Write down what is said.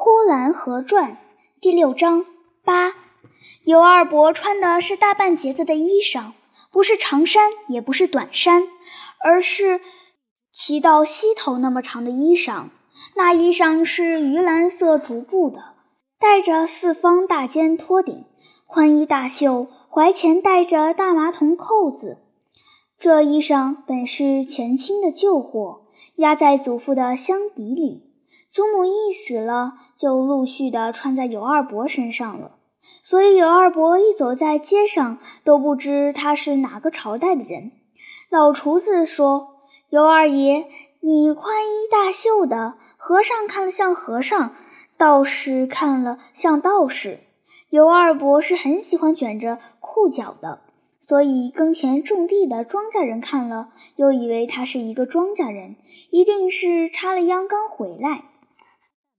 呼兰河传》第6章8。尤二伯穿的是大半截子的衣裳，不是长衫，也不是短衫，而是齐到膝头那么长的衣裳。那衣裳是鱼蓝色竹布的，带着四方大尖托顶，宽衣大袖，怀前带着大麻铜扣子。这衣裳本是前清的旧货，压在祖父的箱底里。祖母一死了，就陆续地穿在尤二伯身上了，所以尤二伯一走在街上都不知他是哪个朝代的人。老厨子说：“尤二爷，你宽衣大袖的，和尚看了像和尚，道士看了像道士。”尤二伯是很喜欢卷着裤脚的，所以耕田种地的庄稼人看了，又以为他是一个庄稼人，一定是插了秧刚回来。